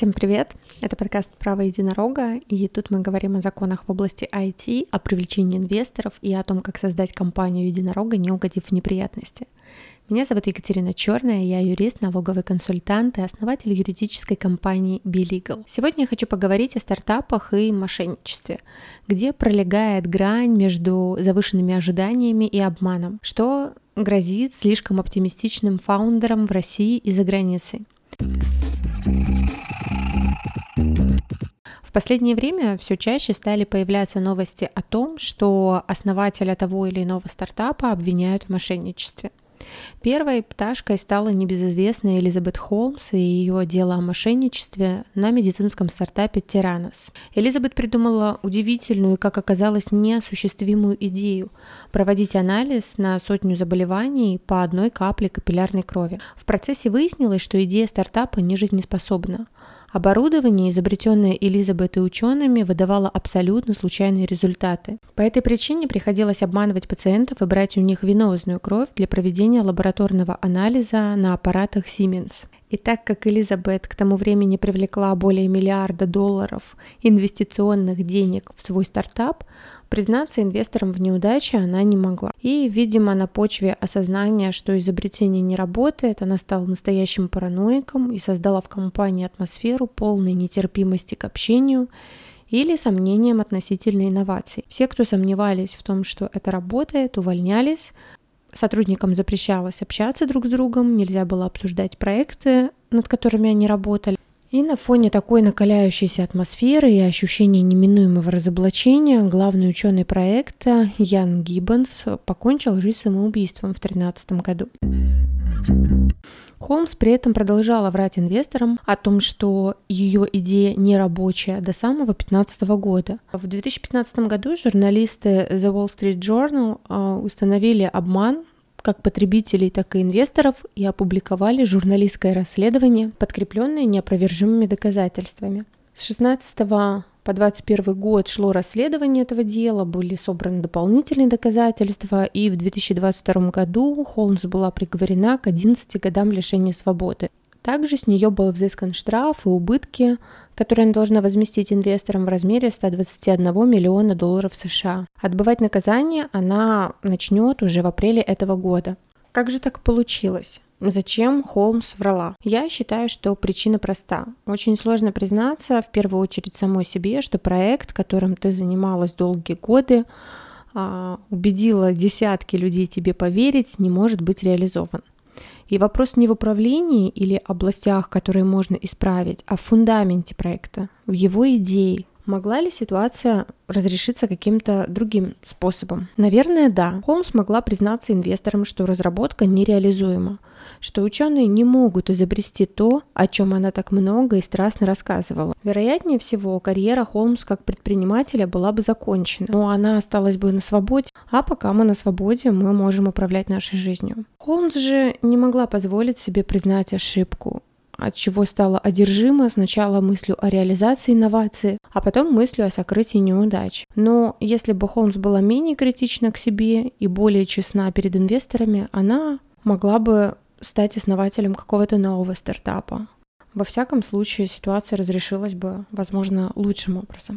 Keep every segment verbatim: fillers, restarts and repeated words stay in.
Всем привет! Это подкаст «Право единорога», и тут мы говорим о законах в области ай ти, о привлечении инвесторов и о том, как создать компанию единорога, не угодив в неприятности. Меня зовут Екатерина Черная, я юрист, налоговый консультант и основатель юридической компании BeLegal. Сегодня я хочу поговорить о стартапах и мошенничестве, где пролегает грань между завышенными ожиданиями и обманом, что грозит слишком оптимистичным фаундерам в России и за границей. В последнее время все чаще стали появляться новости о том, что основателя того или иного стартапа обвиняют в мошенничестве. Первой пташкой стала небезызвестная Элизабет Холмс и ее дело о мошенничестве на медицинском стартапе Theranos. Элизабет придумала удивительную и, как оказалось, неосуществимую идею проводить анализ на сотню заболеваний по одной капле капиллярной крови. В процессе выяснилось, что идея стартапа не жизнеспособна. Оборудование, изобретенное Элизабет и учеными, выдавало абсолютно случайные результаты. По этой причине приходилось обманывать пациентов и брать у них венозную кровь для проведения лабораторного анализа на аппаратах Siemens. И так как Элизабет к тому времени привлекла более миллиарда долларов инвестиционных денег в свой стартап, признаться инвесторам в неудаче она не могла. И, видимо, на почве осознания, что изобретение не работает, она стала настоящим параноиком и создала в компании атмосферу полной нетерпимости к общению или сомнениям относительно инноваций. Все, кто сомневались в том, что это работает, увольнялись. Сотрудникам запрещалось общаться друг с другом, нельзя было обсуждать проекты, над которыми они работали. И на фоне такой накаляющейся атмосферы и ощущения неминуемого разоблачения главный ученый проекта Ян Гиббонс покончил жизнь самоубийством в две тысячи тринадцатом году. Холмс при этом продолжала врать инвесторам о том, что ее идея не рабочая до самого две тысячи пятнадцатого года. В две тысячи пятнадцатом году журналисты The Wall Street Journal установили обман как потребителей, так и инвесторов и опубликовали журналистское расследование, подкрепленное неопровержимыми доказательствами. С шестнадцатого по двадцать первый год шло расследование этого дела, были собраны дополнительные доказательства, и в две тысячи двадцать втором году Холмс была приговорена к одиннадцати годам лишения свободы. Также с нее был взыскан штраф и убытки, которые она должна возместить инвесторам в размере ста двадцати одного миллиона долларов США. Отбывать наказание она начнет уже в апреле этого года. Как же так получилось? Зачем Холмс врала? Я считаю, что причина проста. Очень сложно признаться, в первую очередь самой себе, что проект, которым ты занималась долгие годы, убедила десятки людей тебе поверить, не может быть реализован. И вопрос не в управлении или областях, которые можно исправить, а в фундаменте проекта, в его идее. Могла ли ситуация разрешиться каким-то другим способом? Наверное, да. Холмс могла признаться инвесторам, что разработка нереализуема, что ученые не могут изобрести то, о чем она так много и страстно рассказывала. Вероятнее всего, карьера Холмс как предпринимателя была бы закончена, но она осталась бы на свободе, а пока мы на свободе, мы можем управлять нашей жизнью. Холмс же не могла позволить себе признать ошибку, от чего стала одержима сначала мыслью о реализации инновации, а потом мыслью о сокрытии неудач. Но если бы Холмс была менее критична к себе и более честна перед инвесторами, она могла бы стать основателем какого-то нового стартапа. Во всяком случае, ситуация разрешилась бы, возможно, лучшим образом.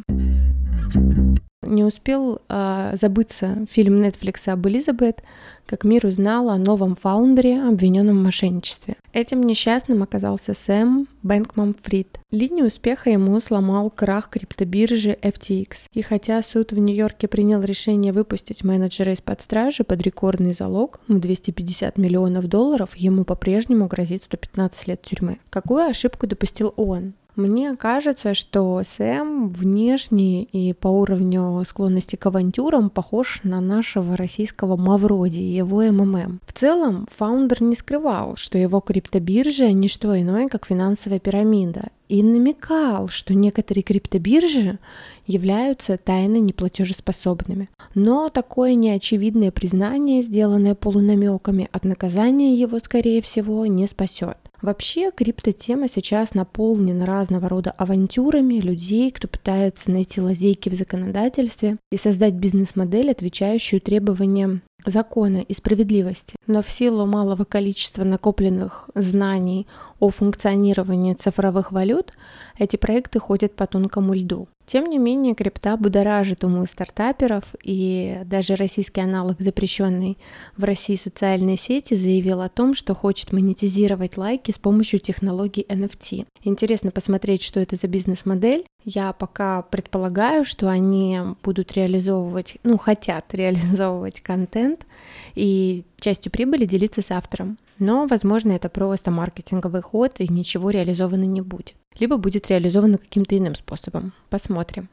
Не успел э, забыться фильм Netflix об Элизабет, как мир узнал о новом фаундере, обвиненном в мошенничестве. Этим несчастным оказался Сэм Бэнкман-Фрид. Линию успеха ему сломал крах криптобиржи эф ти экс. И хотя суд в Нью-Йорке принял решение выпустить менеджера из-под стражи под рекордный залог в двести пятьдесят миллионов долларов, ему по-прежнему грозит сто пятнадцать лет тюрьмы. Какую ошибку допустил он? Мне кажется, что Сэм внешне и по уровню склонности к авантюрам похож на нашего российского Мавроди и его эм эм эм. В целом, фаундер не скрывал, что его криптобиржа – не что иное, как финансовая пирамида, и намекал, что некоторые криптобиржи являются тайно неплатежеспособными. Но такое неочевидное признание, сделанное полунамеками, от наказания его, скорее всего, не спасет. Вообще, криптотема сейчас наполнена разного рода авантюрами людей, кто пытается найти лазейки в законодательстве и создать бизнес-модель, отвечающую требованиям закона и справедливости. Но в силу малого количества накопленных знаний о функционировании цифровых валют, эти проекты ходят по тонкому льду. Тем не менее, крипта будоражит умы стартаперов, и даже российский аналог запрещенной в России социальной сети заявил о том, что хочет монетизировать лайки с помощью технологий эн эф ти. Интересно посмотреть, что это за бизнес-модель. Я пока предполагаю, что они будут реализовывать, ну, хотят реализовывать контент и частью прибыли делиться с автором. Но, возможно, это просто маркетинговый ход, и ничего реализовано не будет. Либо будет реализовано каким-то иным способом. Посмотрим.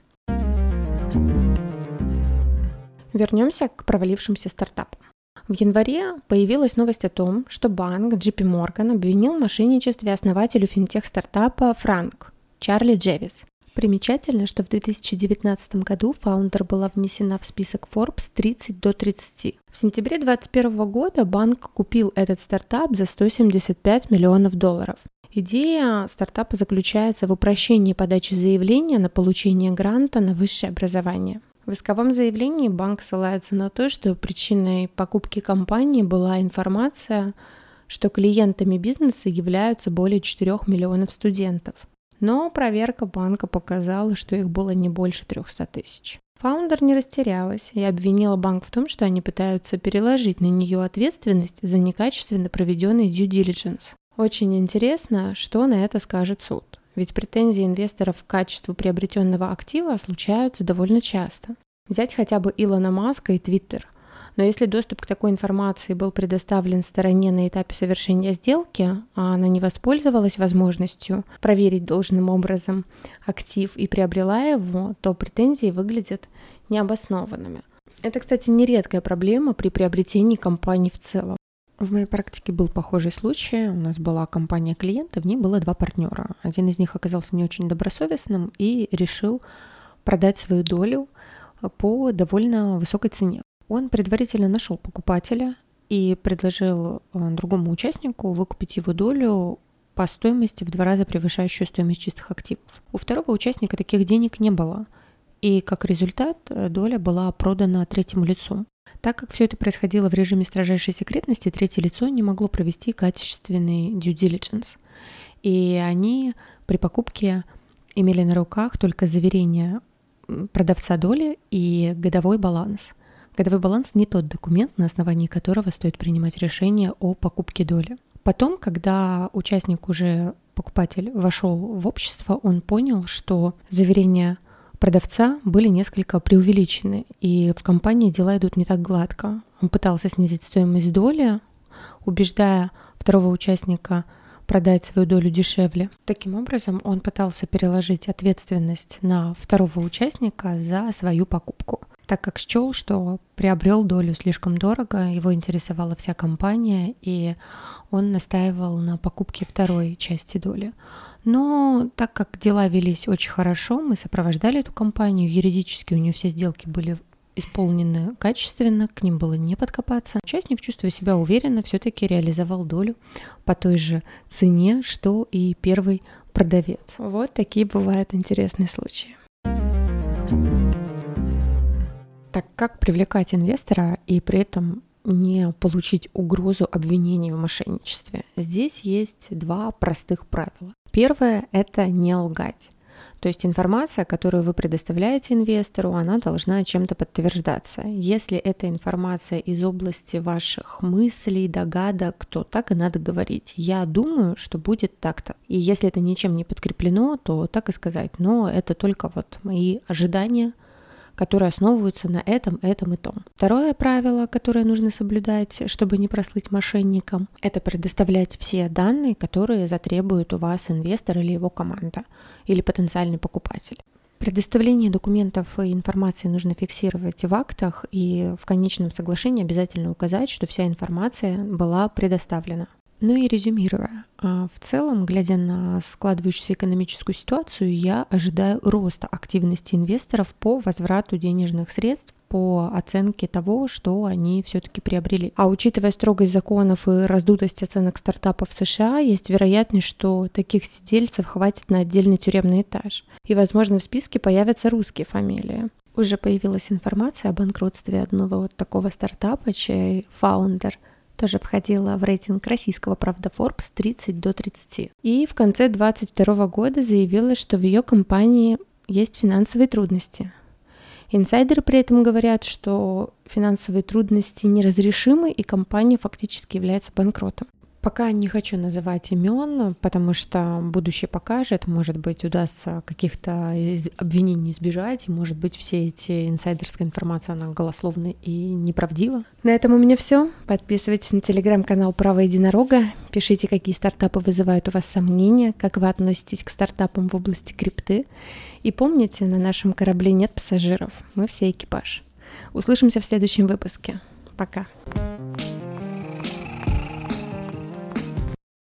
Вернемся к провалившимся стартапам. В январе появилась новость о том, что банк джей пи Morgan обвинил в мошенничестве основателю финтех-стартапа Frank Чарли Джевис. Примечательно, что в две тысячи девятнадцатом году фаундер была внесена в список Forbes тридцать до тридцати. В сентябре две тысячи двадцать первого года банк купил этот стартап за сто семьдесят пять миллионов долларов. Идея стартапа заключается в упрощении подачи заявления на получение гранта на высшее образование. В исковом заявлении банк ссылается на то, что причиной покупки компании была информация, что клиентами бизнеса являются более четырёх миллионов студентов. Но проверка банка показала, что их было не больше трехсот тысяч. Фаундер не растерялась и обвинила банк в том, что они пытаются переложить на нее ответственность за некачественно проведенный due diligence. Очень интересно, что на это скажет суд. Ведь претензии инвесторов к качеству приобретенного актива случаются довольно часто. Взять хотя бы Илона Маска и Твиттер. Но если доступ к такой информации был предоставлен стороне на этапе совершения сделки, а она не воспользовалась возможностью проверить должным образом актив и приобрела его, то претензии выглядят необоснованными. Это, кстати, нередкая проблема при приобретении компаний в целом. В моей практике был похожий случай. У нас была компания клиента, в ней было два партнера. Один из них оказался не очень добросовестным и решил продать свою долю по довольно высокой цене. Он предварительно нашел покупателя и предложил другому участнику выкупить его долю по стоимости в два раза превышающую стоимость чистых активов. У второго участника таких денег не было, и как результат доля была продана третьему лицу. Так как все это происходило в режиме строжайшей секретности, третье лицо не могло провести качественный due diligence, и они при покупке имели на руках только заверение продавца доли и годовой баланс. Годовой баланс не тот документ, на основании которого стоит принимать решение о покупке доли. Потом, когда участник, уже покупатель, вошел в общество, он понял, что заверения продавца были несколько преувеличены, и в компании дела идут не так гладко. Он пытался снизить стоимость доли, убеждая второго участника продать свою долю дешевле. Таким образом, он пытался переложить ответственность на второго участника за свою покупку, так как счел, что приобрел долю слишком дорого, его интересовала вся компания, и он настаивал на покупке второй части доли. Но так как дела велись очень хорошо, мы сопровождали эту компанию, юридически у нее все сделки были исполнены качественно, к ним было не подкопаться. Участник, чувствуя себя уверенно, все-таки реализовал долю по той же цене, что и первый продавец. Вот такие бывают интересные случаи. Так как привлекать инвестора и при этом не получить угрозу обвинений в мошенничестве? Здесь есть два простых правила. Первое – это не лгать. То есть информация, которую вы предоставляете инвестору, она должна чем-то подтверждаться. Если эта информация из области ваших мыслей, догадок, то так и надо говорить. Я думаю, что будет так-то. И если это ничем не подкреплено, то так и сказать. Но это только вот мои ожидания, которые основываются на этом, этом и том. Второе правило, которое нужно соблюдать, чтобы не прослыть мошенникам, это предоставлять все данные, которые затребует у вас инвестор или его команда, или потенциальный покупатель. Предоставление документов и информации нужно фиксировать в актах, и в конечном соглашении обязательно указать, что вся информация была предоставлена. Ну и резюмируя, в целом, глядя на складывающуюся экономическую ситуацию, я ожидаю роста активности инвесторов по возврату денежных средств, по оценке того, что они все-таки приобрели. А учитывая строгость законов и раздутость оценок стартапов в США, есть вероятность, что таких сидельцев хватит на отдельный тюремный этаж. И, возможно, в списке появятся русские фамилии. Уже появилась информация о банкротстве одного вот такого стартапа, чей фаундер тоже входила в рейтинг российского «Правда» Forbes тридцать до тридцати. И в конце двадцать второго года заявила, что в ее компании есть финансовые трудности. Инсайдеры при этом говорят, что финансовые трудности неразрешимы, и компания фактически является банкротом. Пока не хочу называть имен, потому что будущее покажет, может быть, удастся каких-то обвинений избежать, и, может быть, все эти инсайдерская информация, она голословна и неправдива. На этом у меня все. Подписывайтесь на телеграм-канал «Право единорога», пишите, какие стартапы вызывают у вас сомнения, как вы относитесь к стартапам в области крипты. И помните, на нашем корабле нет пассажиров, мы все экипаж. Услышимся в следующем выпуске. Пока.